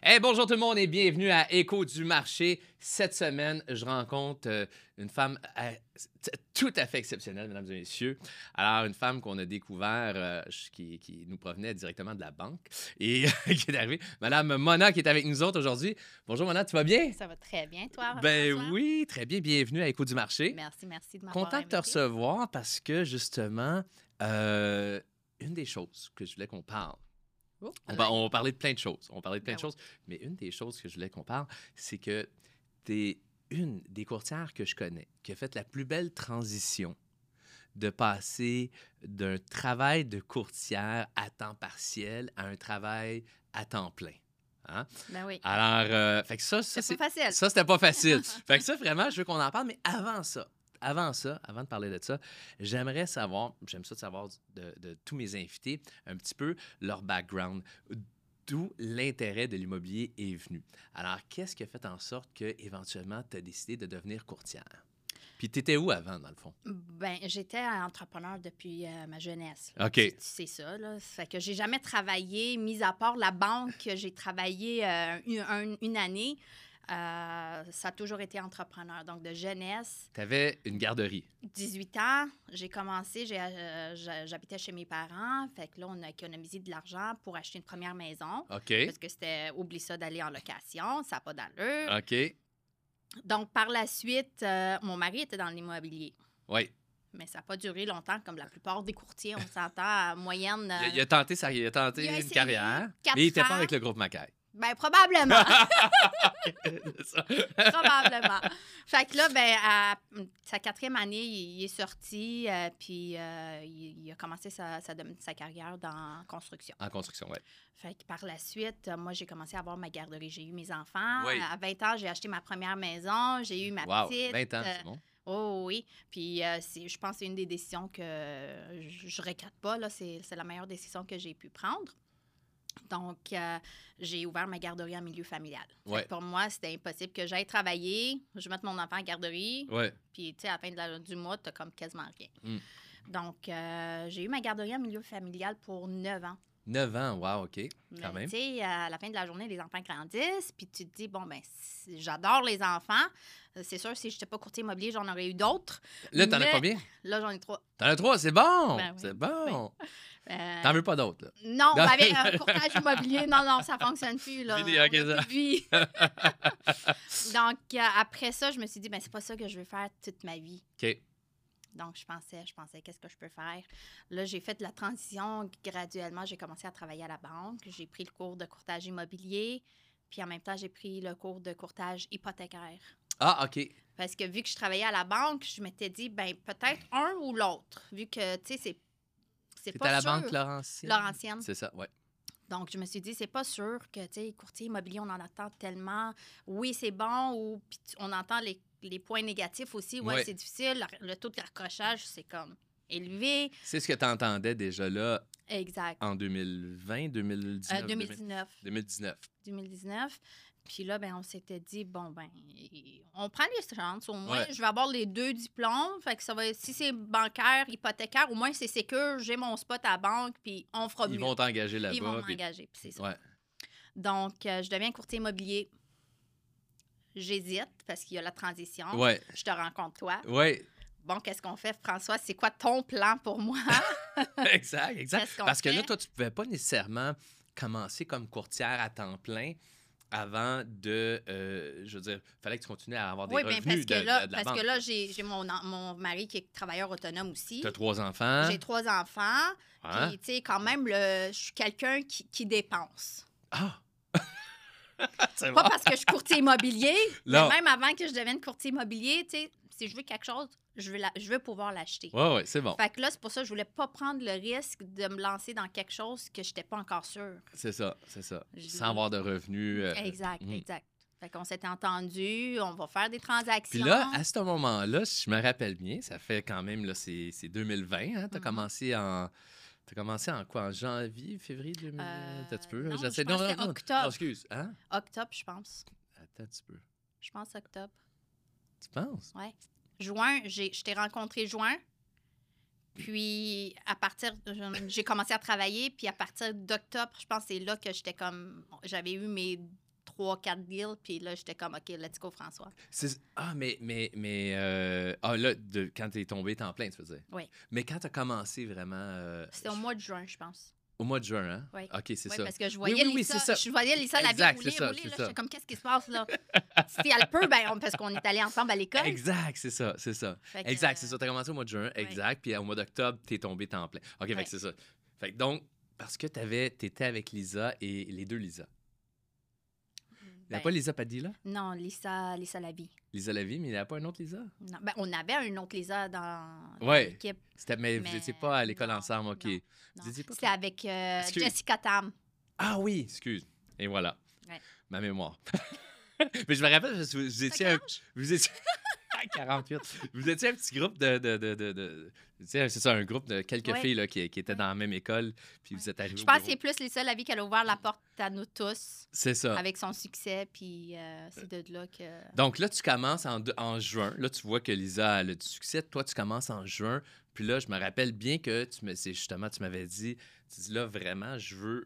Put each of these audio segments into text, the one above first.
Hey, bonjour tout le monde et bienvenue à Écho du marché. Cette semaine, je rencontre une femme tout à fait exceptionnelle, mesdames et messieurs. Alors, une femme qu'on a découvert, qui nous provenait directement de la banque et qui est arrivée. Madame Mona qui est avec nous autres aujourd'hui. Bonjour Mona, tu vas bien? Ça va très bien, toi, Ben François? oui, très bien. Bienvenue à Écho du marché. Merci de m'avoir Content de te invité. recevoir parce que justement, une des choses que je voulais qu'on parle, Oh, on va parler de plein de choses. On va parler de plein Ben de oui. choses. Mais une des choses que je voulais qu'on parle, c'est que tu es une des courtières que je connais qui a fait la plus belle transition de passer d'un travail de courtière à temps partiel à un travail à temps plein. Hein? Ben oui. Alors, fait que ça, C'est pas facile. ça, c'était pas facile. Fait que ça, vraiment, je veux qu'on en parle. Mais avant de parler de ça, j'aimerais savoir, j'aime ça de savoir de tous mes invités, un petit peu leur background, d'où l'intérêt de l'immobilier est venu. Alors, qu'est-ce qui a fait en sorte que éventuellement tu as décidé de devenir courtière? Puis, tu étais où avant, dans le fond? Ben, j'étais entrepreneur depuis ma jeunesse. OK. Tu sais ça, là. Fait que j'ai jamais travaillé, mis à part la banque, j'ai travaillé une année. Ça a toujours été entrepreneur. Donc, de jeunesse, Tu avais une garderie. 18 ans, j'ai commencé, j'habitais chez mes parents. Fait que là, on a économisé de l'argent pour acheter une première maison. OK. Parce que c'était, oublie ça d'aller en location, ça n'a pas d'allure. OK. Donc, par la suite, mon mari était dans l'immobilier. Oui. Mais ça n'a pas duré longtemps, comme la plupart des courtiers. On s'entend à moyenne. Il a tenté, il a il a tenté une essayé carrière, 4 mais il n'était pas ans. avec le groupe Macaille. Ben, probablement. C'est ça. Probablement. Fait que là, ben, à sa 4e année, il est sorti, puis il a commencé sa carrière dans construction. En construction, oui. Fait que par la suite, moi, j'ai commencé à avoir ma garderie. J'ai eu mes enfants. Oui. À 20 ans, j'ai acheté ma première maison. J'ai eu ma Wow, petite. 20 ans, c'est bon. Oh oui. Puis je pense que c'est une des décisions que je regrette pas. Là. C'est la meilleure décision que j'ai pu prendre. Donc, j'ai ouvert ma garderie en milieu familial. Ouais. Pour moi, c'était impossible que j'aille travailler, je mette mon enfant en garderie, Ouais. puis, tu sais, à la fin du mois, tu comme quasiment rien. Mm. Donc, j'ai eu ma garderie en milieu familial pour 9 ans. 9 ans, wow, OK, quand Mais, même. tu sais, à la fin de la journée, les enfants grandissent, puis tu te dis, bon, ben, j'adore les enfants. C'est sûr, si je n'étais pas courtier immobilier, j'en aurais eu d'autres. Là, t'en as Mais combien? Là, j'en ai 3. T'en as 3, c'est bon! Ben oui. C'est bon! Euh, T'en veux pas d'autres, là? Non, avec un courtage immobilier, non, ça fonctionne plus, là. Fini, ok, On a ça. plus de vie. Donc, après ça, je me suis dit, ben c'est pas ça que je veux faire toute ma vie. OK. Donc, je pensais, qu'est-ce que je peux faire? Là, j'ai fait la transition graduellement. J'ai commencé à travailler à la banque. J'ai pris le cours de courtage immobilier. Puis, en même temps, j'ai pris le cours de courtage hypothécaire. Ah, OK. Parce que vu que je travaillais à la banque, je m'étais dit, ben peut-être un ou l'autre. Vu que, tu sais, c'est C'est pas à la sûr. banque Laurentienne? Laurentienne. C'est ça, ouais. Donc, je me suis dit, c'est pas sûr que, tu sais, courtier immobilier, on en attend tellement. Oui, c'est bon, ou puis on entend les points négatifs aussi. Ouais, Ouais. c'est difficile. Le taux de raccrochage, c'est comme élevé. C'est ce que t'entendais déjà là Exact. en 2020, 2019? 2019. 2019. 2019. Puis là, ben, on s'était dit, bon, ben, on prend les chances. Au moins, Ouais. je vais avoir les 2 diplômes. Fait que ça va, si c'est bancaire, hypothécaire, au moins c'est sécure. J'ai mon spot à la banque, puis on fera mieux. Ils vont t'engager là-bas. Ils vont puis- m'engager, puis c'est ça. Ouais. Donc, je deviens courtier immobilier. J'hésite parce qu'il y a la transition. Ouais. Je te rencontre toi. Ouais. Bon, qu'est-ce qu'on fait, François? C'est quoi ton plan pour moi? Exact, exact. Qu'est-ce qu'on Parce que là, fait? toi, tu pouvais pas nécessairement commencer comme courtière à temps plein avant de, je veux dire, fallait que tu continues à avoir des Oui, bien, revenus parce que là, de la banque. j'ai mon mari qui est travailleur autonome aussi. Tu as 3 enfants. J'ai 3 enfants. Hein? Puis, tu sais, quand même, je suis quelqu'un qui dépense. Ah! C'est Pas bon. parce que je suis courtier immobilier, Non. mais même avant que je devienne courtier immobilier, tu sais, si je veux quelque chose, je veux pouvoir l'acheter. Ouais, ouais, c'est bon. Fait que là, c'est pour ça que je voulais pas prendre le risque de me lancer dans quelque chose que je n'étais pas encore sûre. C'est ça, c'est ça. Je- Sans avoir de revenus. Exact, mhm. exact. Fait qu'on s'était entendu, on va faire des transactions. Puis là, à ce moment-là, si je me rappelle bien, ça fait quand même, là, c'est 2020, hein? Tu as Mhm. commencé en... T'as commencé en quoi? En janvier, février 2000? Attends un petit peu. non, J'essaie je pense que c'était octobre. Non, excuse. Hein? Octobre, je pense. Attends un petit peu. Je pense octobre. Tu penses? Ouais. Juin, je t'ai rencontré juin. Puis, j'ai commencé à travailler. Puis, à partir d'octobre, je pense que c'est là que j'avais eu mes 3-4 deals, puis là, j'étais comme, OK, let's go, François. Ah, ah, là, quand t'es tombé temps plein, tu veux dire? Oui. Mais quand t'as commencé vraiment... C'était au mois de juin, je pense. Au mois de juin, hein? Oui. OK, c'est Oui, ça. parce que je voyais Lisa, c'est ça. je voyais Lisa la vie Exact, rouler, c'est ça, rouler. c'est Là, ça. j'étais comme, qu'est-ce qui se passe, là? Si elle peut, ben, parce qu'on est allés ensemble à l'école. Exact, c'est ça, c'est ça. Fait que, Exact, c'est ça. T'as commencé au mois de juin, exact. Puis au mois d'octobre, t'es tombé temps plein. OK, fait que c'est ça. Fait que donc, parce que t'étais avec Lisa et les deux Lisa. Il n'y a pas Lisa Padilla? Non, Lisa Lavie. Lisa Lavie, mais il n'y a pas un autre Lisa? Non, ben, on avait un autre Lisa dans l'équipe. Mais vous n'étiez pas à l'école ensemble, OK. Non. C'était avec Jessica Tam. Ah oui, excuse. Et voilà. Ouais. Ma mémoire. Mais je me rappelle, vous étiez... Vous étiez... 48. Vous étiez un petit groupe c'est ça, un groupe de quelques filles là, qui étaient dans la même école, puis vous êtes arrivés Je au pense bureau. que c'est plus Lisa Lavie qui a ouvert la porte à nous tous. C'est ça. Avec son succès, puis c'est de là que... Donc là, tu commences en juin. Là, tu vois que Lisa a du succès. Toi, tu commences en juin. Puis là, je me rappelle bien que tu m'avais dit, là, vraiment, je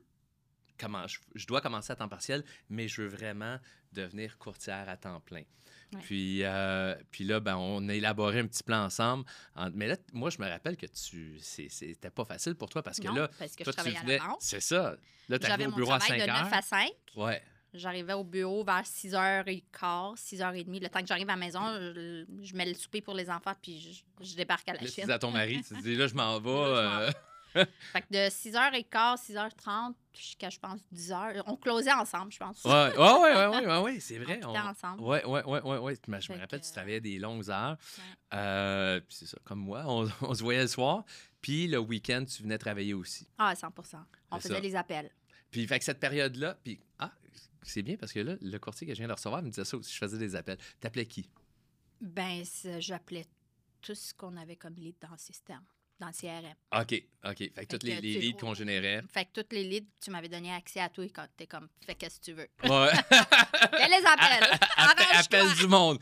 dois commencer à temps partiel, mais je veux vraiment devenir courtière à temps plein. Ouais. Puis là, ben, on a élaboré un petit plan ensemble. Mais là, moi, je me rappelle que c'était pas facile pour toi parce que là, parce que toi, je travaillais à la banque. C'est ça. Là, tu arrivais au bureau à 5 heures. J'avais mon travail de 9 à 5. Ouais. J'arrivais au bureau vers 6h15, 6h30. Le temps que j'arrive à la maison, je mets le souper pour les enfants, puis je débarque à la chaîne. Tu dis à ton mari, tu dis là, je m'en vais. Fait que de 6h15, 6h30 jusqu'à, je pense, 10h. On closait ensemble, je pense. Ouais, c'est vrai. On habitait ensemble. Ouais. Je me rappelle, tu travaillais des longues heures. Ouais. Puis c'est ça, comme moi, on se voyait le soir. Puis le week-end, tu venais travailler aussi. Ah, 100%. On faisait les appels. Puis, fait que cette période-là, puis c'est bien parce que là, le courtier que je viens de recevoir me disait ça aussi, je faisais des appels. T'appelais qui? Ben, j'appelais tout ce qu'on avait comme lead dans le système. Dans le CRM. OK. Fait que tous les leads qu'on générait. Fait que tous les leads, tu m'avais donné accès à tout et quand t'es comme, fais qu'est-ce que tu veux. Ouais. Fais les appels. Appelle du monde.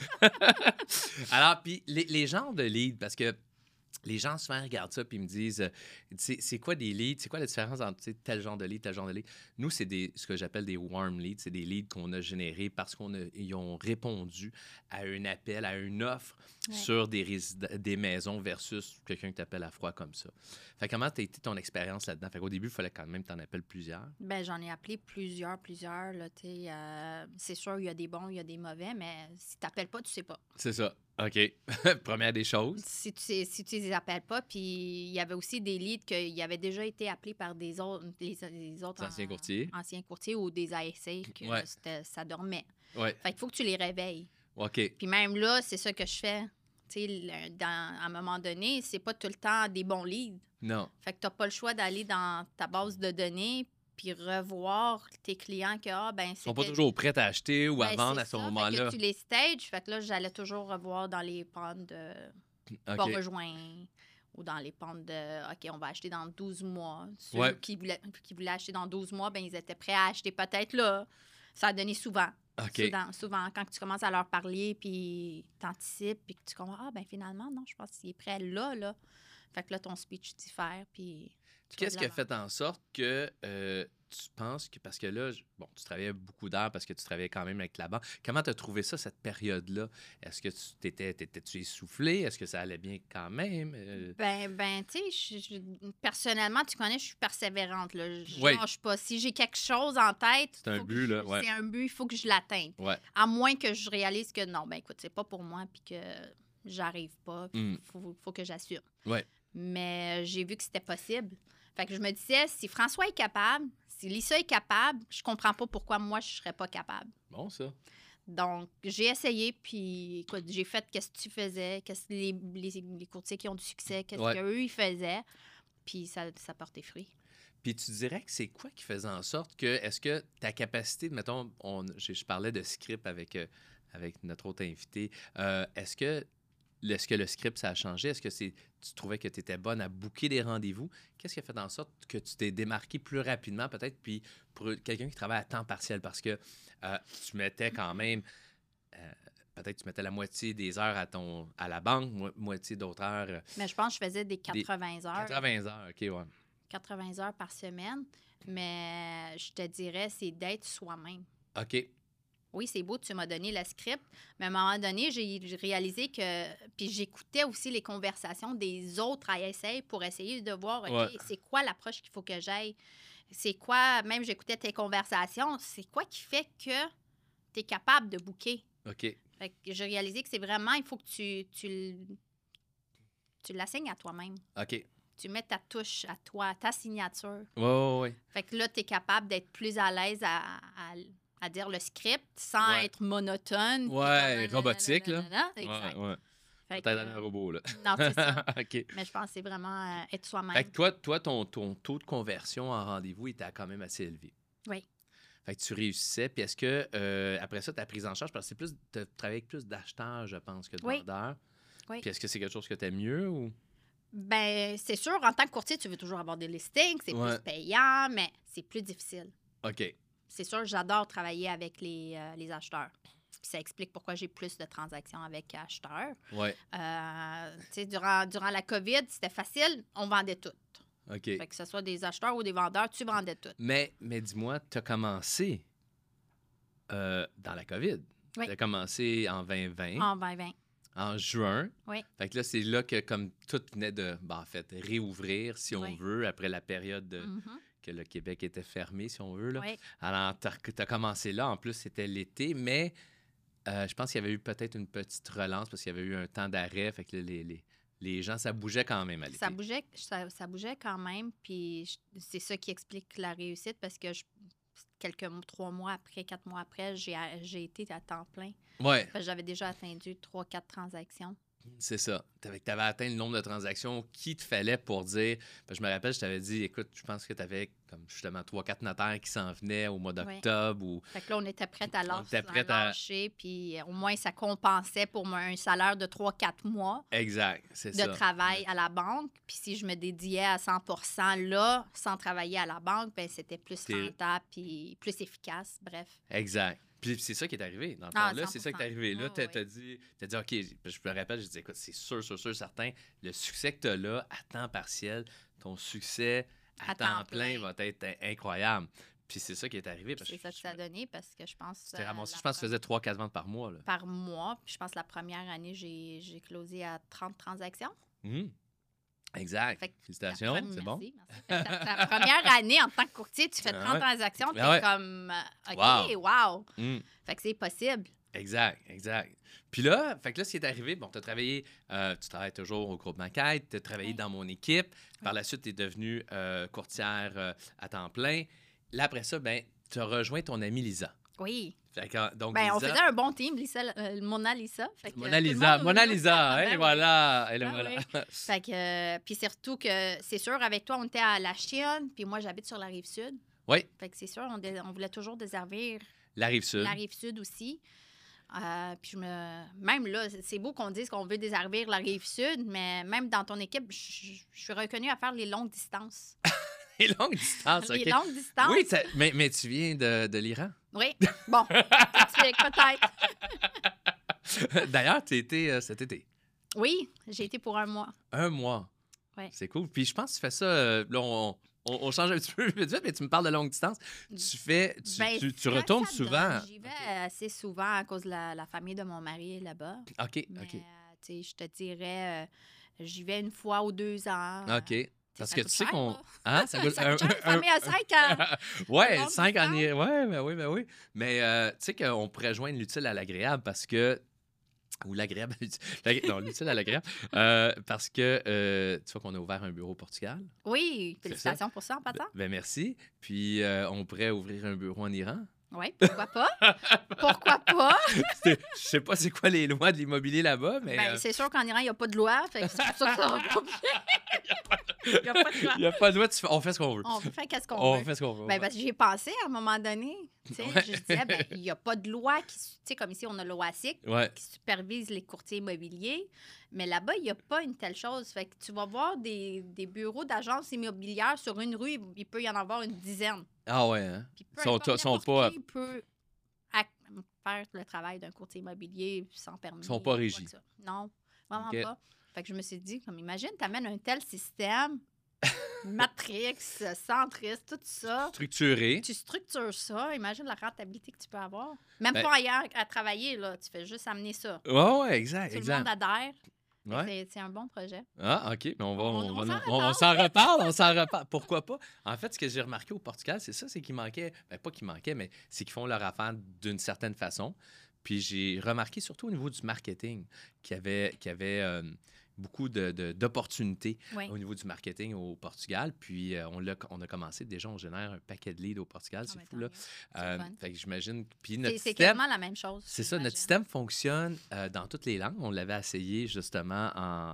Alors, puis les genres de leads, parce que les gens souvent regardent ça puis me disent c'est quoi des leads? C'est quoi la différence entre tel genre de lead, tel genre de lead? Nous, c'est ce que j'appelle des warm leads. C'est des leads qu'on a générés parce qu'ils ont répondu à un appel, à une offre sur des maisons versus quelqu'un qui t'appelle à froid comme ça. Fait comment t'as été ton expérience là-dedans? Fait qu'au début, il fallait quand même t'en appeler plusieurs. Ben j'en ai appelé plusieurs. Là, c'est sûr, il y a des bons, il y a des mauvais, mais si t'appelles pas, tu sais pas. C'est ça. OK. Première des choses. Si tu les appelles pas, puis il y avait aussi des leads qui avaient déjà été appelés par des autres, les autres anciens courtiers ou des ASA que ça dormait. Ouais. Fait qu'il faut que tu les réveilles. OK. Puis même là, c'est ça que je fais. À un moment donné, c'est pas tout le temps des bons leads. Non. Fait que t'as pas le choix d'aller dans ta base de données puis revoir tes clients que, ils sont pas toujours prêts à acheter ou à vendre à ce moment-là. Fait que tu les stages. Fait que là, j'allais toujours revoir dans les pentes de pas rejoindre ou dans les pentes de OK, on va acheter dans 12 mois. Ceux qui voulaient acheter dans 12 mois, ils étaient prêts à acheter peut-être là. Ça a donné souvent. Okay. Souvent, quand tu commences à leur parler, puis t'anticipes, puis que tu comprends, finalement, non, je pense qu'il est prêt là. Fait que là, ton speech diffère, puis... Qu'est-ce qui a fait en sorte que tu penses que... Parce que là, tu travaillais beaucoup d'heures parce que tu travaillais quand même avec la banque. Comment tu as trouvé ça, cette période-là? Est-ce que t'étais-tu essoufflé? Est-ce que ça allait bien quand même? Tu sais, personnellement, tu connais, je suis persévérante. Là. Je lâche pas. Si j'ai quelque chose en tête... C'est un but, là. C'est un but, il faut que je l'atteigne. Ouais. À moins que je réalise que non, écoute, c'est pas pour moi, puis que j'arrive pas, puis faut que j'assure. Ouais. Mais j'ai vu que c'était possible. Fait que je me disais, si François est capable, si Lisa est capable, je comprends pas pourquoi moi, je serais pas capable. Bon, ça. Donc, j'ai essayé, puis écoute, j'ai fait qu'est-ce que tu faisais, qu'est-ce que les courtiers qui ont du succès, qu'est-ce qu'eux, ils faisaient, puis ça portait fruit. Puis tu dirais que c'est quoi qui faisait en sorte que, est-ce que ta capacité, mettons, je parlais de script avec notre autre invité, est-ce que le script, ça a changé? Est-ce que tu trouvais que tu étais bonne à booker des rendez-vous? Qu'est-ce qui a fait en sorte que tu t'es démarqué plus rapidement, peut-être, puis pour quelqu'un qui travaille à temps partiel? Parce que tu mettais quand même... peut-être tu mettais la moitié des heures à la banque, moitié d'autres heures... Mais je pense que je faisais des 80 heures. 80 heures, OK, ouais. 80 heures par semaine, mais je te dirais, c'est d'être soi-même. OK. oui, c'est beau, tu m'as donné le script, mais à un moment donné, j'ai réalisé que... Puis j'écoutais aussi les conversations des autres ASA pour essayer de voir, OK, Ouais. c'est quoi l'approche qu'il faut que j'aille? C'est quoi, même j'écoutais tes conversations, c'est quoi qui fait que tu es capable de booker? OK. Fait que j'ai réalisé que c'est vraiment, il faut que tu l'assignes à toi-même. OK. Tu mets ta touche à toi, ta signature. Ouais. Fait que là, tu es capable d'être plus à l'aise à dire le script sans Ouais. être monotone. puis Ouais, comme robotique, là. nanana. Exact. Ouais. Fait Peut-être que, un robot, là. non, c'est ça. OK. Mais je pense que c'est vraiment être Fait soi-même. que toi ton taux de conversion en rendez-vous était quand même assez élevé. Oui. Fait que tu réussissais. Puis est-ce que, après ça, ta prise en charge, parce que c'est plus, tu travailles avec plus d'acheteurs, je pense, que de Oui. vendeurs. Oui. Puis est-ce que c'est quelque chose que tu aimes mieux ou? Ben, c'est sûr, en tant que courtier, tu veux toujours avoir des listings, c'est Ouais. plus payant, mais c'est plus difficile. OK. C'est sûr, j'adore travailler avec les acheteurs. Puis ça explique pourquoi j'ai plus de transactions avec acheteurs. Ouais. Tu sais, durant la COVID, c'était facile, on vendait tout. OK. Fait que ce soit des acheteurs ou des vendeurs, tu vendais tout. Mais dis-moi, tu as commencé dans la COVID. Oui. Tu as commencé en 2020, En 2020. en juin. Oui. Fait que là, c'est là que, comme tout venait de, en fait, réouvrir, si on Oui. veut, après la période Mhm. que le Québec était fermé, si on veut. Là. Oui. Alors, tu as commencé là. En plus, c'était l'été, mais je pense qu'il y avait eu peut-être une petite relance parce qu'il y avait eu un temps d'arrêt. Fait que là, les gens, ça bougeait quand même à l'été. Ça bougeait quand même, puis c'est ça qui explique la réussite parce que 3 mois après, 4 mois après, j'ai été à temps plein. Ouais, Parce que j'avais déjà atteint 3-4 transactions. c'est ça. Tu avais atteint le nombre de transactions qu'il te fallait pour dire. Parce que je me rappelle, je t'avais dit, écoute, je pense que tu avais comme justement 3-4 notaires qui s'en venaient au mois d'octobre. Ou... Fait que là, on était prêts à On était prêts à- lâcher, puis au moins, ça compensait pour un salaire de 3-4 mois Exact, c'est de ça. travail à la banque. Puis si je me dédiais à 100% là, sans travailler à la banque, ben c'était plus T'es- rentable puis plus efficace. Bref. Exact. Puis c'est ça qui est arrivé. Dans le Ah, fond, là, c'est ça qui est 100%. arrivé. Là, Ah, t'as dit, OK, je me rappelle, je dis, écoute, c'est sûr, certain, le succès que tu as là, à temps partiel, ton succès à temps plein va être incroyable. Puis c'est ça qui est arrivé. Parce C'est ça que ça a donné parce que je pense... C'était ramassé. Je pense que tu faisais 3-4 ventes par mois. Là. par mois. Puis je pense que la première année, j'ai closé à 30 transactions. Mhm. Exact. Fait que Félicitations, c'est bon. Merci. Fait que ta première année en tant que courtier, tu fais 30 Ah ouais. transactions, tu es Ah ouais. comme OK, wow. Mm. Fait que c'est possible. Exact. Puis là, fait que là, ce qui est arrivé, bon, tu as travaillé, tu travailles toujours au groupe Maquette, tu as travaillé Oui. dans mon équipe. Par la suite, tu es devenue courtière à temps plein. Là, après ça, ben, tu as rejoint ton amie Lisa. Oui. Fait que, donc, Ben, on Lisa, faisait un bon team, Mona Lisa. Fait que, Mona tout le Lisa, monde Mona nous- Lisa, Ben hein, oui. voilà, elle est Ah voilà. oui. Fait que, puis surtout que, c'est sûr, avec toi, on était à la Chine, puis moi, j'habite sur la Rive-Sud. Oui, Fait que c'est sûr, on voulait toujours desservir la Rive-Sud. la Rive-Sud aussi. Puis même là, c'est beau qu'on dise qu'on veut desservir la Rive-Sud, mais même dans ton équipe, je suis reconnue à faire les longues distances. Les longues distances, Les OK. longues distances? Oui, mais tu viens de l'Iran. Oui. Bon, t'expliques peut-être. D'ailleurs, tu étais cet été. Oui, j'ai été pour 1 mois. 1 mois. Ouais. C'est cool. Puis je pense que tu fais ça. Là, on change un petit peu vite, mais tu me parles de longue distance. Tu Ben, tu quand retournes ça souvent. donne, j'y vais assez souvent à cause de la famille de mon mari là-bas. OK, Mais, OK. tu sais, je te dirais, j'y vais 1 fois ou 2 ans. OK. Parce ça que coûte tu sais cher, qu'on. là. Hein? Ça coûte Ça coûte cher, une famille à 5 ans. Ouais, longue 5 distance. années. Ouais, ben oui. Mais tu sais qu'on pourrait joindre l'utile à l'agréable parce que. Ou l'agréable à l'utile. Non, l'utile à l'agréable. Parce que tu vois qu'on a ouvert un bureau au Portugal. Oui, félicitations pour ça en passant. Ben merci. Puis on pourrait ouvrir un bureau en Iran. Oui, pourquoi pas? Pourquoi pas? Je sais pas c'est quoi les lois de l'immobilier là-bas, mais. Ben, c'est sûr qu'en Iran, il n'y a pas de loi. Fait que c'est pour ça que ça va pas bien. Il n'y a pas de loi. Il n'y a pas de loi, on fait ce qu'on veut. On fait qu'est-ce qu'on On veut. fait ce qu'on veut. Ben, parce que j'y ai pensé à un moment donné. Tu sais, Ouais. je disais, ben, il n'y a pas de loi qui. Tu sais, comme ici, on a l'OASIC Ouais. qui supervise les courtiers immobiliers. Mais là-bas, il n'y a pas une telle chose. Fait que tu vas voir des bureaux d'agences immobilières sur une rue, il peut y en avoir une dizaine. Ah ouais, hein? Puis peu Sont- importe, sont n'importe pas- qui peut faire le travail d'un courtier immobilier sans permis. Ils sont pas ou quoi régis. que ça. Non, vraiment OK. pas. Fait que je me suis dit, comme imagine, tu amènes un tel système Matrix, Centris, tout ça. Structuré. Tu structures ça. Imagine la rentabilité que tu peux avoir. Même Ben- pas ailleurs à travailler, là. Tu fais juste amener ça. Ouais, exact, Tout le exact. monde adhère. Ouais. C'est un bon projet. Ah, OK. Mais On on s'en reparle, on s'en reparle. Pourquoi pas? En fait, ce que j'ai remarqué au Portugal, c'est ça, c'est qu'il manquait, ben, pas qu'il manquait, mais c'est qu'ils font leur affaire d'une certaine façon. Puis j'ai remarqué surtout au niveau du marketing qu'il y avait beaucoup d'opportunités Oui. au niveau du marketing au Portugal. Puis on a commencé, déjà, on génère un paquet de leads au Portugal, c'est Ah, ben, fou, tant là. mieux. C'est le fun. Fait que j'imagine. Puis notre C'est système, quasiment la même chose. c'est ça, notre j'imagine. système fonctionne dans toutes les langues. On l'avait essayé justement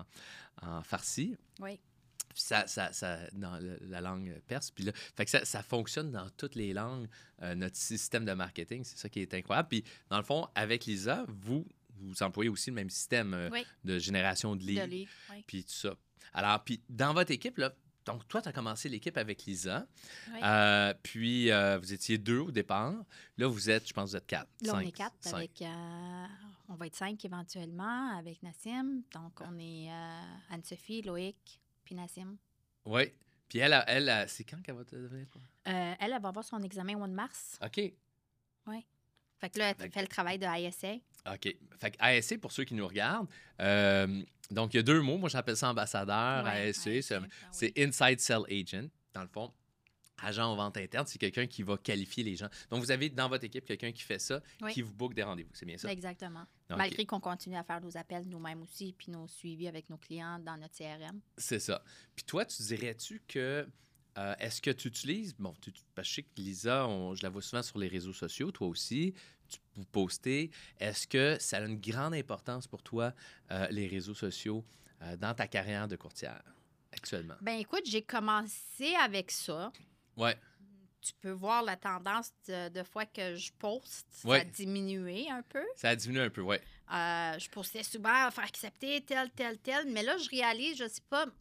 en farsi. Oui. Puis dans la langue perse. Puis là, fait que ça fonctionne dans toutes les langues, notre système de marketing. C'est ça qui est incroyable. Puis, dans le fond, avec Lisa, vous employez aussi le même système Oui. de génération de De leads, lead, oui. puis tout ça. Alors, puis dans votre équipe, là, donc toi, tu as commencé l'équipe avec Lisa. Oui. Puis, vous étiez 2 au départ. Là, je pense que vous êtes 4. Là, on est 4 avec... on va être 5 éventuellement avec Nassim. Donc, on est Anne-Sophie, Loïc, puis Nassim. Oui. Puis elle, c'est quand qu'elle va te devenir? Quoi? Elle va avoir son examen au mois de mars. OK. Oui. Fait que là, elle fait le travail de ISA. OK. Fait que ASC, pour ceux qui nous regardent, donc il y a 2 mots. Moi, j'appelle ça ambassadeur. Ouais, ASC, ASC, c'est oui. Inside Sell Agent. Dans le fond, agent en vente interne, c'est quelqu'un qui va qualifier les gens. Donc, vous avez dans votre équipe quelqu'un qui fait ça, Oui. qui vous book des rendez-vous. C'est bien ça? Exactement. OK. Malgré qu'on continue à faire nos appels nous-mêmes aussi, puis nos suivis avec nos clients dans notre CRM. C'est ça. Puis toi, tu dirais-tu que... est-ce que tu utilises... Bon, parce que je sais que Lisa, je la vois souvent sur les réseaux sociaux, toi aussi, vous postez. Est-ce que ça a une grande importance pour toi, les réseaux sociaux, dans ta carrière de courtière actuellement? Ben écoute, j'ai commencé avec ça. Ouais. Tu peux voir la tendance de fois que je poste, ça Ouais. a diminué un peu. Ça a diminué un peu, ouais. Je postais souvent à faire accepter tel, mais là, je réalise, je sais pas,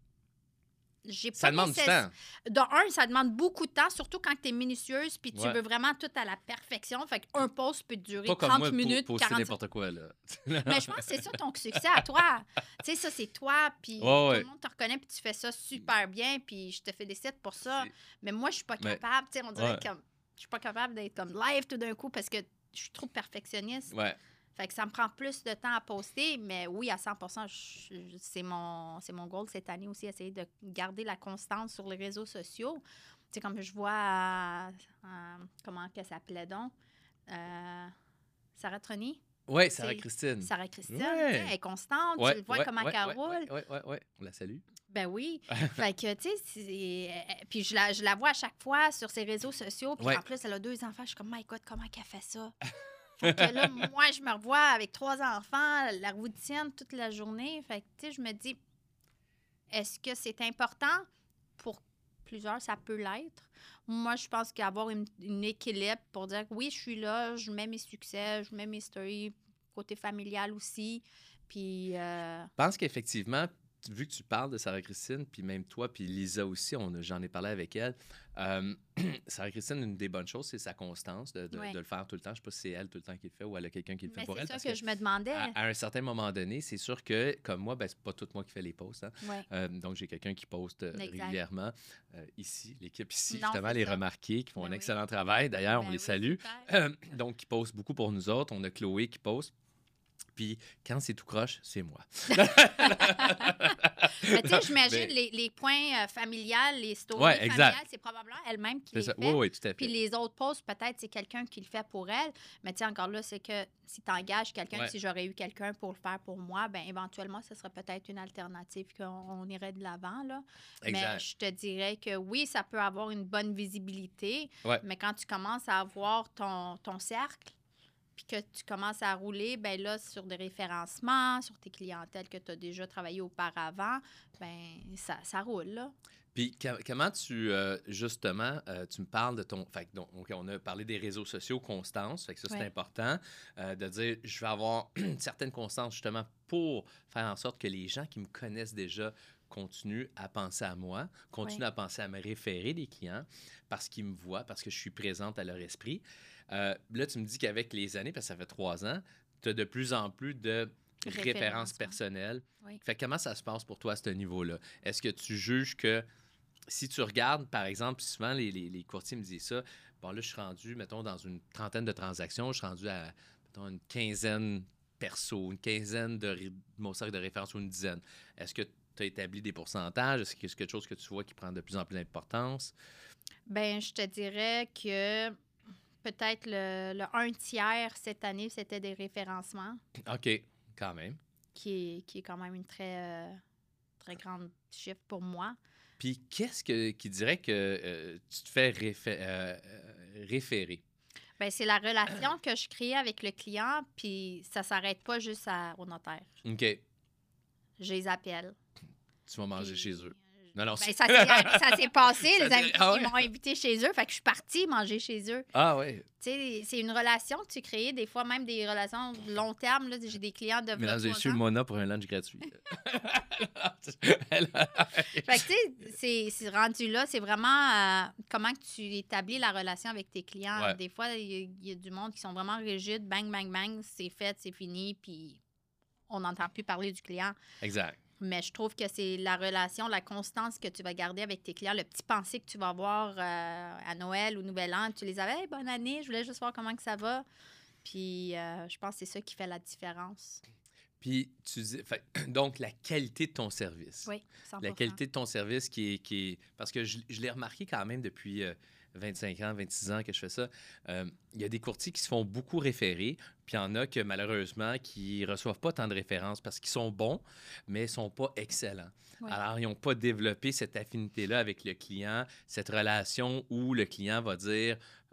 j'ai Ça pas demande du temps. Ça demande beaucoup de temps, surtout quand tu es minutieuse puis tu Ouais. veux vraiment tout à la perfection. Fait qu'un post peut durer Pas comme 30 moi, minutes, poster 40 n'importe quoi, là. Mais je pense que c'est ça ton succès à toi. Tu sais, ça, c'est toi, puis Ouais, ouais. tout le monde te reconnaît, puis tu fais ça super bien, puis je te félicite pour ça. C'est- Mais moi, je suis pas Mais- capable. Tu sais, on dirait Ouais. comme... Je suis pas capable d'être comme live tout d'un coup parce que je suis trop perfectionniste. Ouais. Fait que ça me prend plus de temps à poster, mais oui, à 100 c'est mon goal cette année aussi, essayer de garder la constance sur les réseaux sociaux. Tu sais, comme je vois, comment qu'elle s'appelait donc? Sarah Trony? Ouais, Sarah-Christine. Sarah-Christine, Ouais. tu sais, elle est constante, Ouais, tu le vois ouais, comment ouais, qu'elle ouais, roule. ouais. On la salue. Ben oui. Fait que, tu sais, puis je la vois à chaque fois sur ses réseaux sociaux, puis Ouais. en plus, elle a 2 enfants. Je suis comme, my God, comment qu'elle fait ça? Fait que là, moi, je me revois avec 3 enfants, la routine toute la journée. Fait que, tu sais, je me dis, est-ce que c'est important? Pour plusieurs, ça peut l'être. Moi, je pense qu'avoir une équilibre pour dire que oui, je suis là, je mets mes succès, je mets mes stories, côté familial aussi. Puis, Je pense qu'effectivement, vu que tu parles de Sarah-Christine, puis même toi, puis Lisa aussi, j'en ai parlé avec elle. Sarah-Christine, une des bonnes choses, c'est sa constance Ouais. de le faire tout le temps. Je ne sais pas si c'est elle tout le temps qui le fait ou elle a quelqu'un qui le fait mais pour c'est elle. ça Parce que je me demandais. à un certain moment donné, c'est sûr que, comme moi, ben, c'est pas tout moi qui fais les posts. Hein. Ouais. Donc, j'ai quelqu'un qui poste Exact. régulièrement. Ici, l'équipe ici, Non, justement, c'est les ça. remarqués, qui font Ben un oui. excellent travail. D'ailleurs, on Ben les oui, salue. super. Donc, qui postent beaucoup pour nous autres. On a Chloé qui poste. Puis, quand c'est tout croche, c'est moi. Mais tu sais, j'imagine Mais- les points familiales, les stories Ouais, exact. familiales, c'est probablement elle-même qui C'est les ça. fait. Oui, oui, tout à fait. Puis les autres posts, peut-être c'est quelqu'un qui le fait pour elle. Mais tu sais, encore là, c'est que si tu engages quelqu'un, Ouais. si j'aurais eu quelqu'un pour le faire pour moi, ben éventuellement, ce serait peut-être une alternative qu'on irait de l'avant, là. Mais Exact. je te dirais que oui, ça peut avoir une bonne visibilité, Ouais. mais quand tu commences à avoir ton cercle, puis que tu commences à rouler, ben là, sur des référencements, sur tes clientèles que tu as déjà travaillé auparavant, ben ça roule, là. Puis comment justement, tu me parles de ton... Fait que donc, OK, on a parlé des réseaux sociaux, constance, fait que ça, c'est Ouais. important, de dire, je vais avoir une certaine constance, justement, pour faire en sorte que les gens qui me connaissent déjà continuent à penser à moi, continuent Ouais. à penser à me référer des clients, parce qu'ils me voient, parce que je suis présente à leur esprit. Là, tu me dis qu'avec les années, parce que ça fait 3 ans, tu as de plus en plus de références Référencement. personnelles. Oui. Fait que comment ça se passe pour toi à ce niveau-là? Est-ce que tu juges que si tu regardes, par exemple, souvent les courtiers me disent ça, bon là, je suis rendu, mettons, dans une trentaine de transactions, je suis rendu à, mettons, une quinzaine perso, une quinzaine de mon cercle de référence ou une dizaine. Est-ce que tu as établi des pourcentages? Est-ce que c'est quelque chose que tu vois qui prend de plus en plus d'importance? Ben, je te dirais que peut-être le un tiers cette année, c'était des référencements, OK, quand même. qui est quand même une très grande chiffre pour moi. Puis qu'est-ce qui dirait que tu te fais référer? Ben, c'est la relation que je crée avec le client, puis ça s'arrête pas juste au notaire. OK, Je les appelle. tu vas manger puis, chez eux. Non, non, ben, ça s'est passé. Ça Les s'est- invités, ah ouais? ils m'ont invité chez eux, fait que je suis partie manger chez eux. Ah ouais. Tu sais, c'est une relation que tu crées, des fois même des relations de long terme. Là, j'ai des clients de Mesdames et 3 messieurs, ans. Mona pour un lunch gratuit. Fait que, tu sais, c'est rendu là, c'est vraiment comment que tu établis la relation avec tes clients. Ouais. Des fois, il y a du monde qui sont vraiment rigides, bang, bang, bang, c'est fait, c'est fini, puis on n'entend plus parler du client. Exact. Mais je trouve que c'est la relation, la constance que tu vas garder avec tes clients, le petit pensée que tu vas avoir à Noël ou Nouvel An. Tu les avais, hey, bonne année, je voulais juste voir comment que ça va. Puis je pense que c'est ça qui fait la différence. Puis tu dis, donc la qualité de ton service. Oui, 100%. La qualité de ton service qui est parce que je l'ai remarqué quand même depuis 25 ans, 26 ans que je fais ça. Il y a des courtiers qui se font beaucoup référer, puis il y en a que malheureusement qui reçoivent pas tant de références parce qu'ils sont bons, mais ils sont pas excellents. Oui. Alors, ils n'ont pas développé cette affinité-là avec le client, cette relation où le client va dire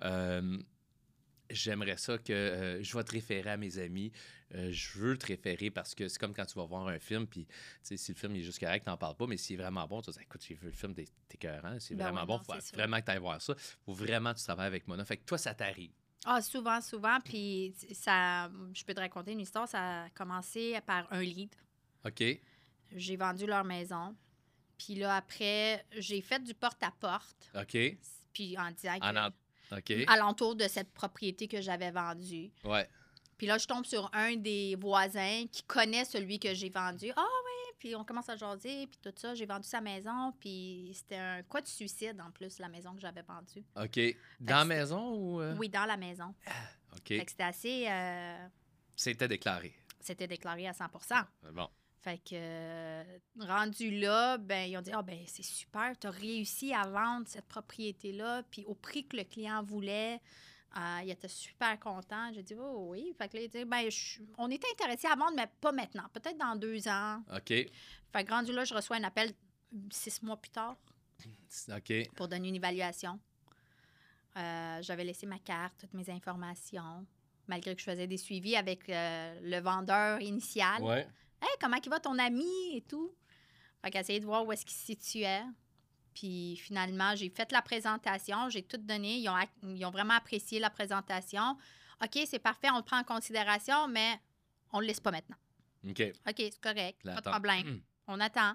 j'aimerais ça que je vais te référer à mes amis. Je veux te référer parce que c'est comme quand tu vas voir un film, puis tu sais, si le film est juste correct, t'en parles pas, mais s'il est vraiment bon, tu vas dire, écoute, j'ai vu le film, t'es écœurant, c'est Ben vraiment ouais, bon, non, faut c'est sûr. vraiment que tu ailles voir ça. Faut vraiment que tu travailles avec Mona. Fait que toi, ça t'arrive. Ah, souvent, souvent. Puis ça, je peux te raconter une histoire. Ça a commencé par un lead. OK? J'ai vendu leur maison. Puis là, après, j'ai fait du porte-à-porte. OK? Puis en disant OK? que, alentour de cette propriété que j'avais vendue. Ouais. Puis là, je tombe sur un des voisins qui connaît celui que j'ai vendu. Ah oui, puis on commence à jaser, puis tout ça. J'ai vendu sa maison, puis c'était un cas de suicide en plus, la maison que j'avais vendue. OK. Dans la maison ou... Oui, dans la maison. OK. Fait que c'était assez... C'était déclaré. c'était déclaré à 100 Bon. Fait que, rendu là, ben ils ont dit, ah ben c'est super, tu as réussi à vendre cette propriété-là, puis au prix que le client voulait. Il était super content. J'ai dit, oh oui. Fait que là, il dit, ben, on était intéressés à vendre, mais pas maintenant. Peut-être dans 2 ans. OK. Fait que rendu là, je reçois un appel 6 mois plus tard OK. pour donner une évaluation. J'avais laissé ma carte, toutes mes informations, malgré que je faisais des suivis avec le vendeur initial. Ouais. Hey, comment il va ton ami et tout? Fait qu'essayer de voir où est-ce qu'il se situait. Puis finalement, j'ai fait la présentation, j'ai tout donné. Ils ont vraiment apprécié la présentation. OK, c'est parfait, on le prend en considération, mais on ne le laisse pas maintenant. OK. OK, c'est correct, Là, pas de attends. problème. On attend.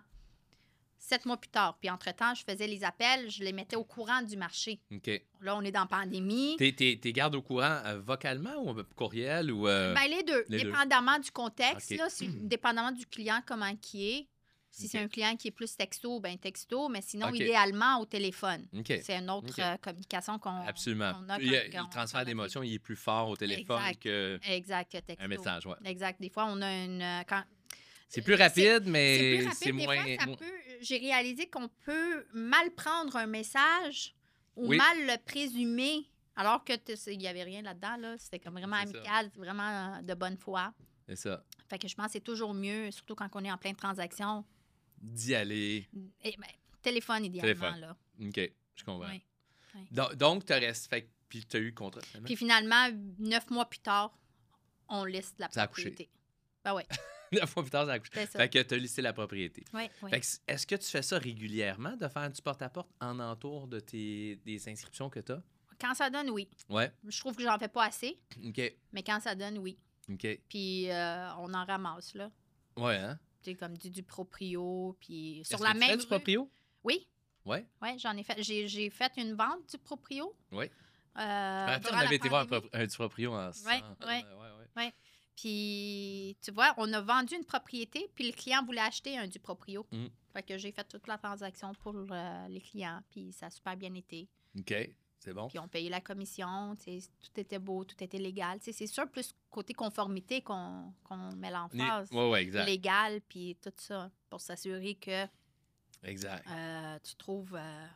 7 mois plus tard. Puis entre-temps, je faisais les appels, je les mettais au courant du marché. OK. Là, on est dans la pandémie. T'es gardes au courant vocalement ou courriel ou... Ben, les deux, les deux. dépendamment du contexte, OK. là, dépendamment du client, comment il est. Si c'est OK. un client qui est plus texto, ben texto, mais sinon, OK. idéalement, au téléphone. OK. C'est une autre OK. communication qu'on Absolument. qu'on a Le quand on transfert a d'émotion, il est plus fort au téléphone Exact. que Exact, texto. un message. Ouais. Exact. Des fois, on a une... C'est plus rapide, c'est mais plus rapide. c'est Des moins... fois, j'ai réalisé qu'on peut mal prendre un message ou Oui. mal le présumer, alors que il n'y avait rien là-dedans. Là. C'était comme vraiment C'est ça. amical, vraiment de bonne foi. C'est ça. Fait que je pense que c'est toujours mieux, surtout quand on est en pleine transaction. D'y aller. Et, ben, téléphone, idéalement. Téléphone. Là. OK, je comprends. Oui. Oui. Donc, tu restes... Fait puis tu as eu le contrat, finalement? Puis finalement, 9 mois plus tard, on liste la Ça a couché. propriété. Ben oui, 9 mois plus tard, ça a accouché. c'est ça. Fait que tu as listé la propriété. Oui, oui. Fait que est-ce que tu fais ça régulièrement, de faire du porte-à-porte en entour de des inscriptions que tu as? Quand ça donne, oui. Ouais. Je trouve que j'en fais pas assez, OK. mais quand ça donne, oui. OK. Puis on en ramasse, là. Ouais, hein? Tu sais, comme du proprio, puis sur Est-ce la que tu fais même du rue. proprio? Oui, Ouais. oui, j'en ai fait. J'ai fait une vente du proprio. Oui. Durant on la avait été voir pandémie. du proprio ensemble. Ouais. Ouais. Ouais. Puis, tu vois, on a vendu une propriété, puis le client voulait acheter un du proprio. Fait que j'ai fait toute la transaction pour les clients, puis ça a super bien été. OK, c'est bon. Puis on payait la commission, tu sais, tout était beau, tout était légal. Tu sais, c'est sûr, plus côté conformité qu'on met l'emphase. Oui, exact. Légal, puis tout ça, pour s'assurer que Exact. tu trouves...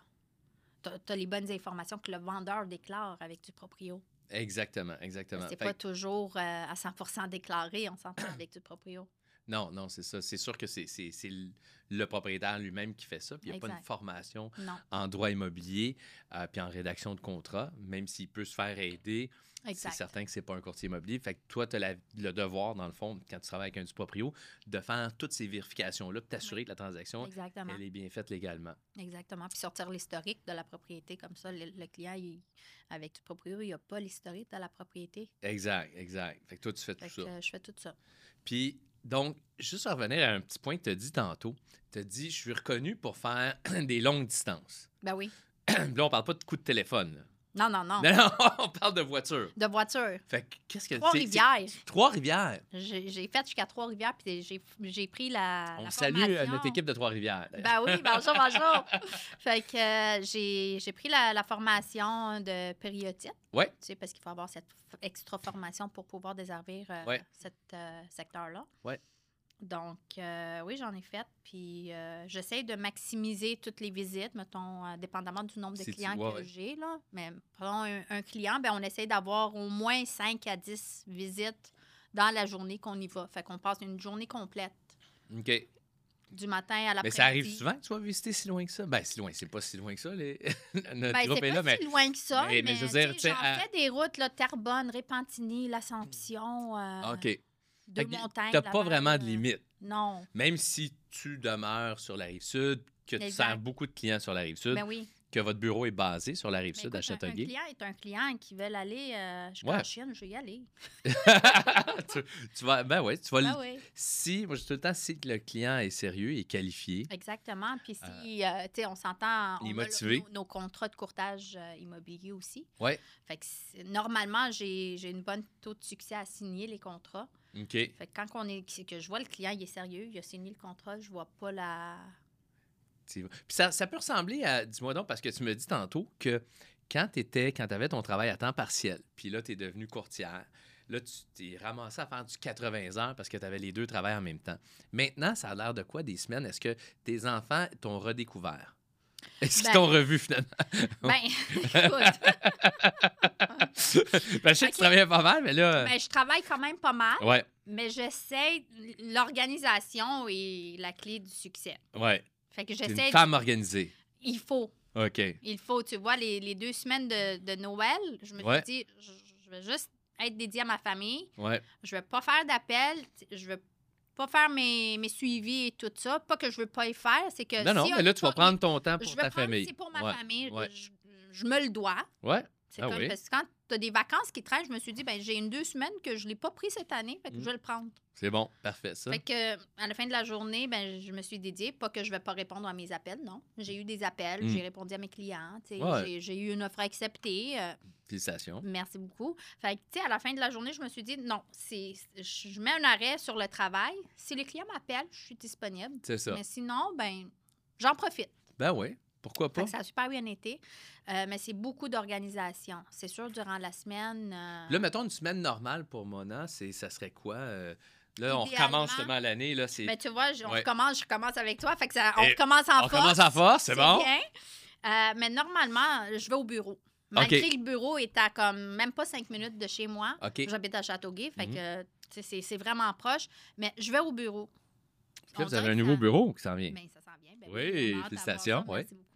tu as les bonnes informations que le vendeur déclare avec du proprio. Exactement. C'est pas toujours à 100% déclaré, on s'entend avec du proprio. Non, c'est ça. C'est sûr que c'est le propriétaire lui-même qui fait ça. Puis il n'y a pas une formation en droit immobilier puis en rédaction de contrat, même s'il peut se faire aider. C'est certain que c'est pas un courtier immobilier. Fait que toi, tu as le devoir, dans le fond, quand tu travailles avec un du proprio, de faire toutes ces vérifications-là pour t'assurer que la transaction elle est bien faite légalement. Exactement. Puis sortir l'historique de la propriété. Comme ça, le client, avec du proprio, il n'y a pas l'historique de la propriété. Exact. Fait que toi, tu fais tout ça. Je fais tout ça. Puis, donc, juste revenir à un petit point que tu as dit tantôt. Tu as dit, je suis reconnu pour faire des longues distances. Ben oui. Là, on parle pas de coups de téléphone. Là. Non. Non, on parle de voiture. De voiture. Fait que qu'est-ce que Trois-Rivières. Trois-Rivières. J'ai fait jusqu'à Trois-Rivières, puis j'ai pris la On salue notre équipe de Trois-Rivières. Ben oui, bonjour. Fait que j'ai pris la formation de périotite. Oui. Tu sais, parce qu'il faut avoir cette extra formation pour pouvoir desservir ce secteur-là. Oui. Donc, oui, j'en ai fait. Puis, j'essaie de maximiser toutes les visites, mettons, dépendamment du nombre de clients que j'ai. Là. Mais prenons un client, ben, on essaie d'avoir au moins 5 à 10 visites dans la journée qu'on y va. Fait qu'on passe une journée complète. OK. Du matin à l'après-midi. Mais ça arrive souvent que tu vas visiter si loin que ça? Ben, si loin, c'est pas si loin que ça. Notre groupe est là, si loin que ça, mais je veux dire, j'en fais des routes, là, Terrebonne, Repentigny, l'Assomption. OK. De montagne. Tu n'as pas vraiment de limite. Non. Même si tu demeures sur la Rive-Sud, que tu sers beaucoup de clients sur la Rive-Sud, ben oui. que votre bureau est basé sur la Rive-Sud à Châteauguay. Un client est un client qui veut aller jusqu'à la Chine, je vais y aller. tu vas Si, moi, je dis tout le temps, si le client est sérieux et qualifié. Exactement. Puis si, tu sais, on s'entend, on a nos contrats de courtage immobilier aussi. Oui. Fait que normalement, j'ai une bonne taux de succès à signer les contrats. OK. Fait que quand que je vois le client, il est sérieux, il a signé le contrat, je vois pas la... Puis ça peut ressembler à, dis-moi donc, parce que tu me dis tantôt que quand tu avais ton travail à temps partiel, puis là, tu es devenue courtière, là, tu t'es ramassé à faire du 80 heures parce que tu avais les deux travails en même temps. Maintenant, ça a l'air de quoi des semaines? Est-ce que tes enfants t'ont redécouvert? Est-ce qu'ils t'ont revu finalement? Écoute. Je sais que tu travaillais pas mal, mais là. Je travaille quand même pas mal. Ouais. Mais j'essaie. L'organisation est la clé du succès. Ouais. Fait que j'essaie. j'essaie. Une femme organisée. Il faut. OK. Il faut. Tu vois, les 2 semaines de Noël, je me suis dit, je vais juste être dédiée à ma famille. Ouais. Je vais pas faire d'appel. Je vais pas faire mes suivis et tout ça. Pas que je veux pas y faire, c'est que non, mais là, tu vas prendre ton temps pour ta famille. C'est pour ma famille. Je me le dois. Ouais. C'est parce que quand tu as des vacances qui traînent, je me suis dit, j'ai 2 semaines que je l'ai pas pris cette année, fait que je vais le prendre. C'est bon, parfait, ça. Fait que à la fin de la journée, je me suis dédiée. Pas que je vais pas répondre à mes appels, non. J'ai eu des appels, j'ai répondu à mes clients. J'ai eu une offre acceptée. Félicitations. Merci beaucoup. Fait que, à la fin de la journée, je me suis dit, non, je mets un arrêt sur le travail. Si le client m'appelle, je suis disponible. C'est ça. Mais sinon, j'en profite. Ben oui. Pourquoi pas? Ça a super bien été. Mais c'est beaucoup d'organisation. C'est sûr, durant la semaine... Là, mettons une semaine normale pour Mona, ça serait quoi? Là, on recommence justement l'année. Là, mais tu vois, je recommence avec toi. Fait que on recommence en force. On commence en force, c'est bon. Bien. Mais normalement, je vais au bureau. Malgré que le bureau est à comme même pas 5 minutes de chez moi. J'habite à Châteauguay. Fait que c'est vraiment proche. Mais je vais au bureau. Là, vous avez un nouveau bureau qui s'en vient. Bien, ça s'en vient. Oui, félicitations. Merci beaucoup.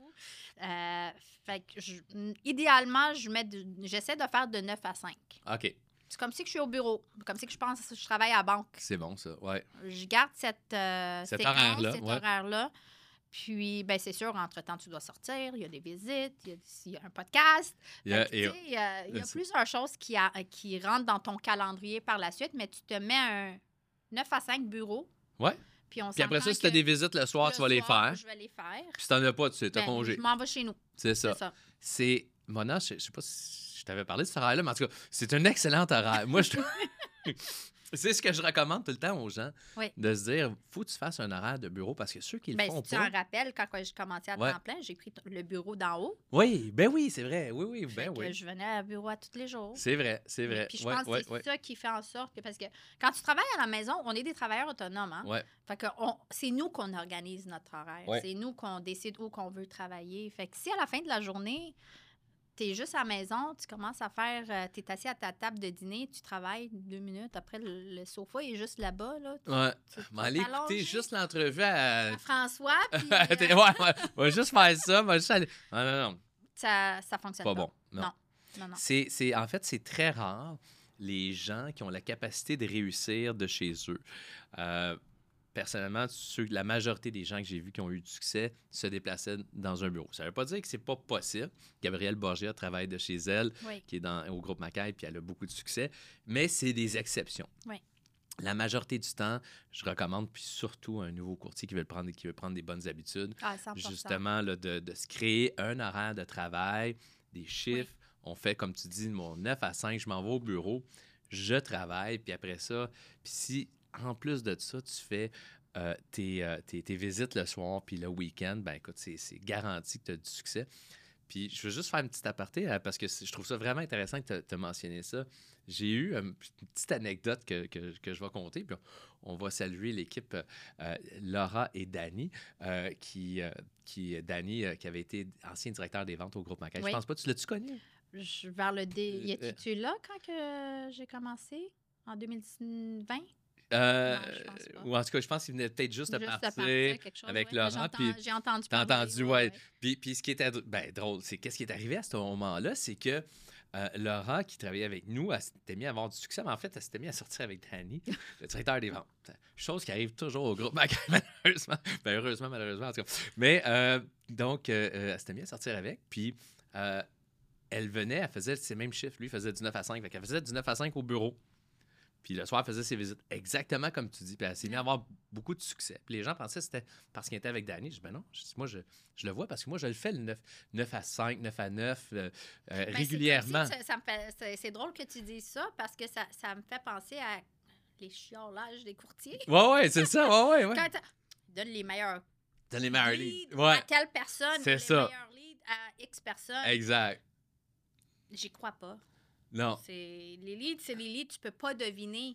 Fait que idéalement, j'essaie de faire de 9 à 5. OK. C'est comme si je suis au bureau. Comme si je pense que je travaille à la banque. C'est bon, ça, ouais. Je garde cet horaire-là. Puis, c'est sûr, entre-temps, tu dois sortir. Il y a des visites, il y a un podcast. Il y a plusieurs choses qui rentrent dans ton calendrier par la suite, mais tu te mets un 9 à 5 bureau. Ouais. Puis après ça, si tu as des visites le soir, tu vas les faire. Je vais les faire. Puis si tu n'en as pas, tu as congé. Je m'en vais chez nous. C'est ça. Mona, je ne sais pas si je t'avais parlé de cet horaire-là, mais en tout cas, c'est un excellent horaire. Moi, C'est ce que je recommande tout le temps aux gens, Oui. de se dire, faut que tu fasses un horaire de bureau parce que ceux qui le Ben, font si tu pas... en rappelles, quand j'ai commencé à Ouais. temps plein, j'ai pris le bureau d'en haut. Oui, ben oui, c'est vrai. Oui, oui, Fait ben que oui. je venais au bureau à tous les jours. C'est vrai, c'est vrai. Puis je Ouais, pense que ouais, c'est ouais. ça qui fait en sorte que... Parce que quand tu travailles à la maison, on est des travailleurs autonomes, hein? Ouais, Fait que c'est nous qu'on organise notre horaire. Ouais. C'est nous qu'on décide où qu'on veut travailler. Fait que si à la fin de la journée, tu es juste à la maison, tu commences à faire... tu es assis à ta table de dîner, tu travailles 2 minutes. Après, le sofa est juste là-bas. Là. ouais. Tu Mais allez vas écouter t'allonger juste l'entrevue à... à François, puis Ouais, ouais. On va juste faire ça. On va juste aller... Non, non, non. ça fonctionne Pas pas. bon. Non. Non. En fait, c'est très rare les gens qui ont la capacité de réussir de chez eux. Personnellement, la majorité des gens que j'ai vus qui ont eu du succès se déplaçaient dans un bureau. Ça ne veut pas dire que c'est pas possible. Gabrielle Borgia travaille de chez elle, Oui. qui est au groupe Macaille, puis elle a beaucoup de succès. Mais c'est des exceptions. Oui. La majorité du temps, je recommande, puis surtout un nouveau courtier qui veut prendre des bonnes habitudes, 100%. justement là, de se créer un horaire de travail, des chiffres. On fait, comme tu dis, mon 9 à 5, je m'en vais au bureau, je travaille, puis après ça, puis si, en plus de ça, tu fais tes visites le soir, puis le week-end, ben écoute, c'est garanti que tu as du succès. Puis je veux juste faire une petite aparté, parce que je trouve ça vraiment intéressant que tu as mentionné ça. J'ai eu une petite anecdote que je vais conter, puis on va saluer l'équipe Laura et Dani, Dani, qui avait été ancien directeur des ventes au groupe Macaire. Oui. Je pense pas, tu l'as-tu connu? Vers le dé. Y a-tu là quand que j'ai commencé? En 2020? Je pense pas. Ou en tout cas, je pense qu'il venait peut-être juste de partir quelque chose, avec ouais. Laurent. Puis J'ai entendu t'as parler. entendu, ouais. Puis ce qui était drôle, c'est qu'est-ce qui est arrivé à ce moment-là, c'est que Laura, qui travaillait avec nous, elle s'était mise à avoir du succès, mais en fait, elle s'était mise à sortir avec Danny, le directeur des ventes. Chose qui arrive toujours au groupe Macaire, malheureusement. Ben, heureusement, malheureusement, en tout cas. Mais donc, elle s'était mise à sortir avec, puis elle venait, elle faisait ses mêmes chiffres. Lui, il faisait du 9 à 5. Fait qu'elle faisait du 9 à 5 au bureau. Puis le soir, elle faisait ses visites exactement comme tu dis. Puis elle s'est mise à avoir beaucoup de succès. Puis les gens pensaient que c'était parce qu'elle était avec Danny. Je dis, ben non, moi, je le vois parce que moi, je le fais le 9 à 5, 9 à 9 régulièrement. C'est drôle que tu dises ça parce que ça me fait penser à les chiolages des courtiers. Ouais, c'est ça. Ouais. Quand donne les meilleurs leads. à telle personne, c'est les ça. meilleurs leads à X personnes. Exact. J'y crois pas. Non. Les leads, c'est les leads, tu peux pas deviner.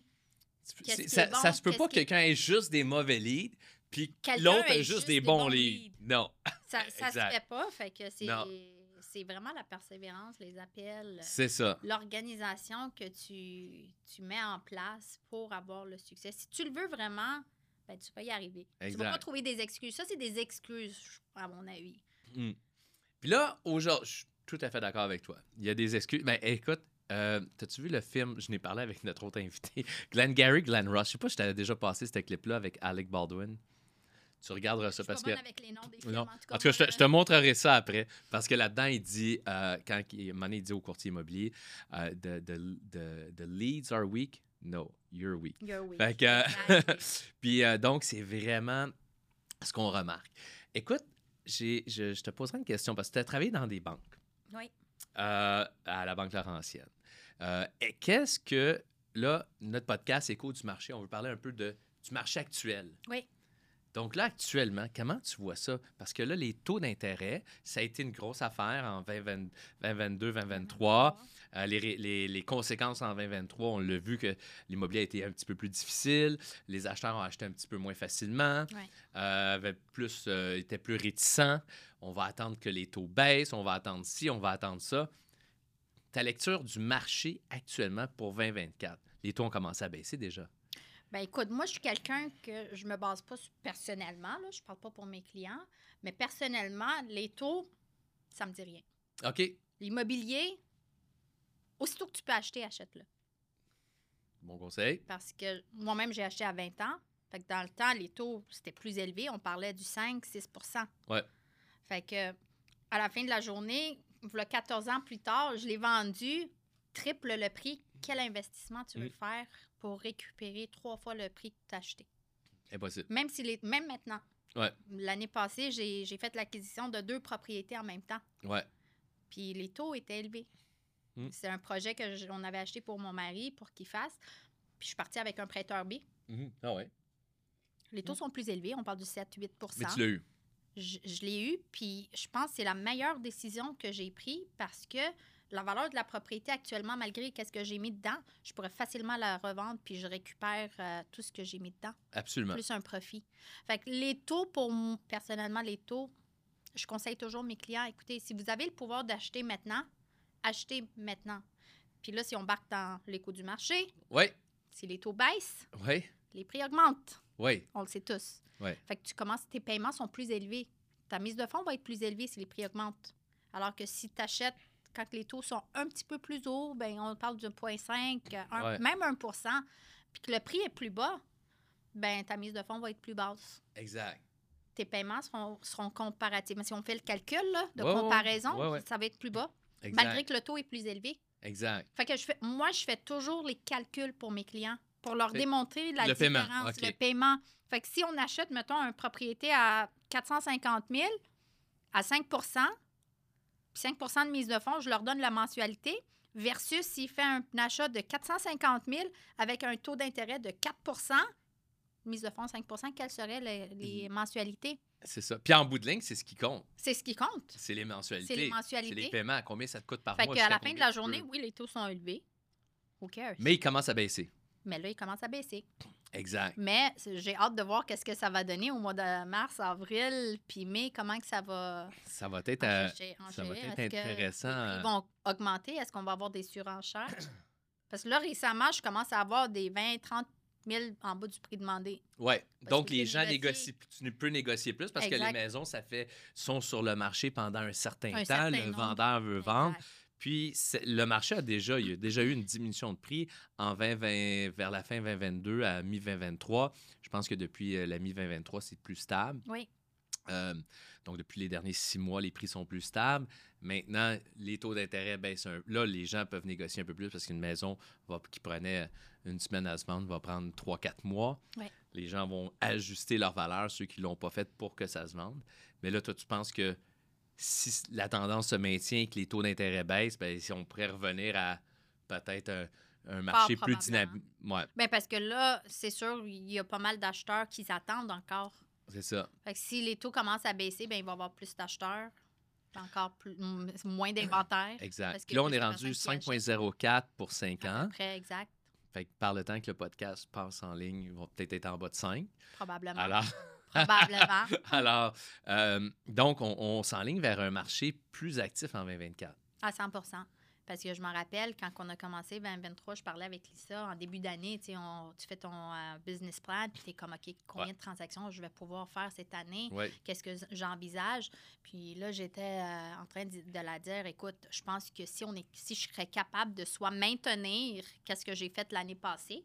Ça se peut pas que quelqu'un ait juste des mauvais leads, puis l'autre ait juste des bons leads. Non. Ça se fait pas, fait que c'est vraiment la persévérance, les appels. C'est ça. L'organisation que tu mets en place pour avoir le succès. Si tu le veux vraiment, ben, tu vas y arriver. Exact. Tu vas pas trouver des excuses. Ça, c'est des excuses, à mon avis. Puis là, aujourd'hui, je suis tout à fait d'accord avec toi. Il y a des excuses. Ben, écoute, t'as-tu vu le film? Je n'ai parlé avec notre autre invité, Glengarry Glen Ross. Je sais pas si je t'avais déjà passé ce clip-là avec Alec Baldwin. Tu regarderas ça parce que. Avec les noms des films, non. en tout cas, je te montrerai ça après. Parce que là-dedans, il dit, quand il dit au courtier immobilier, the leads are weak. No, you're weak. You're weak. Fait que, puis donc, c'est vraiment ce qu'on remarque. Écoute, je te poserai une question parce que tu as travaillé dans des banques. Oui. À la Banque Laurentienne. Et qu'est-ce que, là, notre podcast Écho du marché, on veut parler un peu du marché actuel. Oui. Donc là, actuellement, comment tu vois ça? Parce que là, les taux d'intérêt, ça a été une grosse affaire en 2022, 2023. Les conséquences en 2023, on l'a vu que l'immobilier a été un petit peu plus difficile. Les acheteurs ont acheté un petit peu moins facilement. Étaient plus réticents. On va attendre que les taux baissent. On va attendre ci, on va attendre ça. Ta lecture du marché actuellement pour 2024, les taux ont commencé à baisser déjà. Ben écoute, moi, je suis quelqu'un que je me base pas personnellement, là, je parle pas pour mes clients, mais personnellement, les taux, ça me dit rien. OK. L'immobilier, aussitôt que tu peux acheter, achète-le. Bon conseil. Parce que moi-même, j'ai acheté à 20 ans. Fait que dans le temps, les taux, c'était plus élevé. On parlait du 5-6 %. Ouais. Fait que à la fin de la journée, voilà 14 ans plus tard, je l'ai vendu triple le prix. Quel investissement tu veux faire pour récupérer 3 fois le prix que tu as acheté? Impossible. Même maintenant. Ouais. L'année passée, j'ai fait l'acquisition de 2 propriétés en même temps. Ouais. Puis les taux étaient élevés. C'est un projet qu'on avait acheté pour mon mari pour qu'il fasse. je suis partie avec un prêteur B. Ah ouais. Les taux sont plus élevés, on parle du 7-8 Mais tu l'as eu. Je l'ai eu, puis je pense que c'est la meilleure décision que j'ai prise parce que la valeur de la propriété actuellement, malgré qu'est-ce que j'ai mis dedans, je pourrais facilement la revendre puis je récupère tout ce que j'ai mis dedans. Absolument. Plus un profit. Fait que les taux, personnellement, les taux, je conseille toujours mes clients, écoutez, si vous avez le pouvoir d'acheter maintenant, achetez maintenant. Puis là, si on embarque dans les coûts du marché, Oui. si les taux baissent, Oui. les prix augmentent. Oui. On le sait tous. Oui. Fait que tes paiements sont plus élevés. Ta mise de fonds va être plus élevée si les prix augmentent. Alors que si tu achètes quand les taux sont un petit peu plus hauts, ben on parle de 0,5, même 1 puis que le prix est plus bas, ben ta mise de fonds va être plus basse. Exact. Tes paiements seront comparatifs. Mais si on fait le calcul là, de comparaison, ça va être plus bas, exact. malgré que le taux est plus élevé. Exact. Fait que je fais toujours les calculs pour mes clients, pour leur démontrer la différence, paiement. Okay. Le paiement. Fait que si on achète, mettons, une propriété à 450 000 à 5 puis 5 de mise de fonds, je leur donne la mensualité, versus s'il fait un achat de 450 000 avec un taux d'intérêt de 4 mise de fonds 5 quelles seraient les mensualités? C'est ça. Puis en bout de ligne, c'est ce qui compte. C'est ce qui compte. C'est les mensualités. C'est les mensualités. C'est les paiements. Combien ça te coûte par fait mois? Fait qu'à la fin de la journée, oui, les taux sont élevés. Who cares? Mais ils commencent à baisser. Mais là, ils commencent à baisser. Exact. Mais j'ai hâte de voir qu'est-ce que ça va donner au mois de mars, avril, puis mai, comment que ça va... Ça va être, intéressant. Ils vont augmenter. Est-ce qu'on va avoir des surenchères? Parce que là, récemment, je commence à avoir des 20, 30 000 en bas du prix demandé. Oui. Donc, les gens négocient. Tu peux négocier plus parce exact. que les maisons, sont sur le marché pendant un certain temps. Le vendeur veut vendre. Puis, le marché il y a déjà eu une diminution de prix vers la fin 2022 à mi-2023. Je pense que depuis la mi-2023, c'est plus stable. Oui. Donc, depuis les derniers 6 mois, les prix sont plus stables. Maintenant, les taux d'intérêt baissent Là, les gens peuvent négocier un peu plus parce qu'une maison qui prenait une semaine à se vendre va prendre 3-4 mois. Oui. Les gens vont ajuster leur valeur, ceux qui ne l'ont pas fait pour que ça se vende. Mais là, toi, tu penses que si la tendance se maintient et que les taux d'intérêt baissent, bien, si on pourrait revenir à peut-être un marché plus dynamique. Ouais. Bien, parce que là, c'est sûr, il y a pas mal d'acheteurs qui attendent encore. C'est ça. Fait que si les taux commencent à baisser, bien, il va y avoir plus d'acheteurs, encore moins d'inventaire. Exact. Puis là, on est rendu 5,04 pour 5 ans. Après, exact. Fait que par le temps que le podcast passe en ligne, ils vont peut-être être en bas de 5. Probablement. Alors... Probablement. Alors, donc, on s'enligne vers un marché plus actif en 2024. À 100 Parce que je me rappelle, quand on a commencé 2023, je parlais avec Lisa en début d'année. Tu fais ton business plan, puis tu es comme, OK, combien de transactions je vais pouvoir faire cette année? Ouais. Qu'est-ce que j'envisage? Puis là, j'étais en train de la dire, écoute, je pense que si je serais capable de soit maintenir qu'est-ce que j'ai fait l'année passée,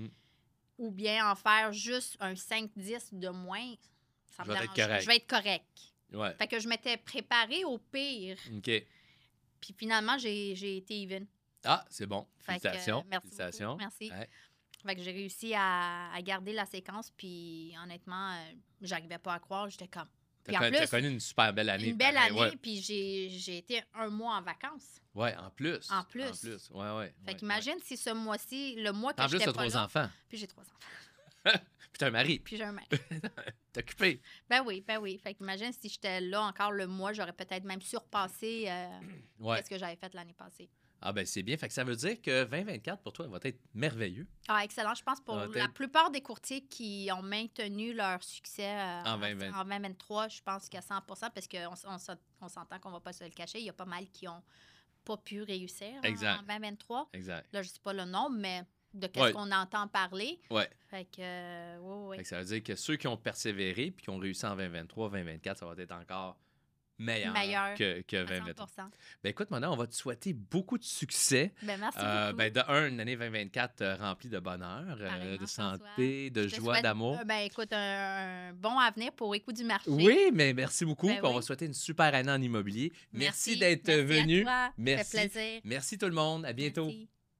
ou bien en faire juste un 5-10 de moins, ça me dérange. Je vais être correct. Ouais. Fait que je m'étais préparée au pire. OK. Puis finalement, j'ai été even. Ah, c'est bon. Félicitations. Merci Félicitations. beaucoup. Merci. Ouais. Fait que j'ai réussi à garder la séquence, puis honnêtement, j'arrivais pas à croire. J'étais comme... Tu as connu une super belle année. Une belle année, puis j'ai été un mois en vacances. Oui, en plus. En plus. Oui. Fait qu'imagine si ce mois-ci, le mois que j'étais pas là... En plus, tu as 3 enfants. Puis j'ai 3 enfants. Puis t'as un mari. Puis j'ai un mari. T'es occupé. Ben oui. Fait qu'imagine si j'étais là encore le mois, j'aurais peut-être même surpassé qu'est-ce que j'avais fait l'année passée. Ah ben c'est bien. Fait que ça veut dire que 2024, pour toi, va être merveilleux. Ah, excellent. Je pense pour la plupart des courtiers qui ont maintenu leur succès en 2023, je pense qu'à 100 parce qu'on s'entend qu'on ne va pas se le cacher. Il y a pas mal qui n'ont pas pu réussir en 2023. Exact. Là, je ne sais pas le nombre, mais de qu'est-ce qu'on entend parler. Oui. Fait que, oui. Fait que ça veut dire que ceux qui ont persévéré puis qui ont réussi en 2023, 2024, ça va être encore meilleur que 2023. Ben écoute, Mona, on va te souhaiter beaucoup de succès. Ben merci beaucoup. Ben une année 2024 remplie de bonheur, de santé, de joie, d'amour. Ben écoute, un bon avenir pour Écoute du marché. Oui, mais merci beaucoup. Ben on va souhaiter une super année en immobilier. Merci d'être merci venu. À toi. Merci. Ça fait plaisir. Merci tout le monde. À bientôt. Merci.